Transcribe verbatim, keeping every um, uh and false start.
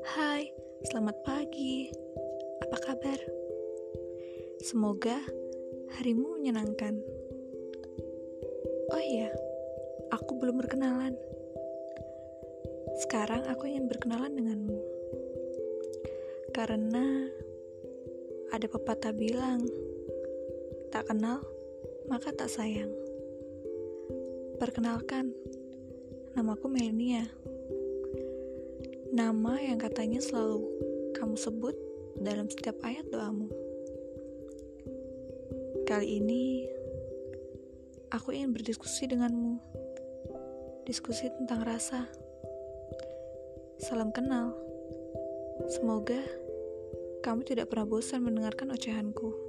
Hai, selamat pagi. Apa kabar? Semoga harimu menyenangkan. Oh iya, aku belum berkenalan. Sekarang aku ingin berkenalan denganmu. Karena ada pepatah bilang, tak kenal, maka tak sayang. Perkenalkan, namaku Melania. Nama yang katanya selalu kamu sebut dalam setiap ayat doamu. Kali ini, aku ingin berdiskusi denganmu. Diskusi tentang rasa. Salam kenal. Semoga kamu tidak pernah bosan mendengarkan ocehanku.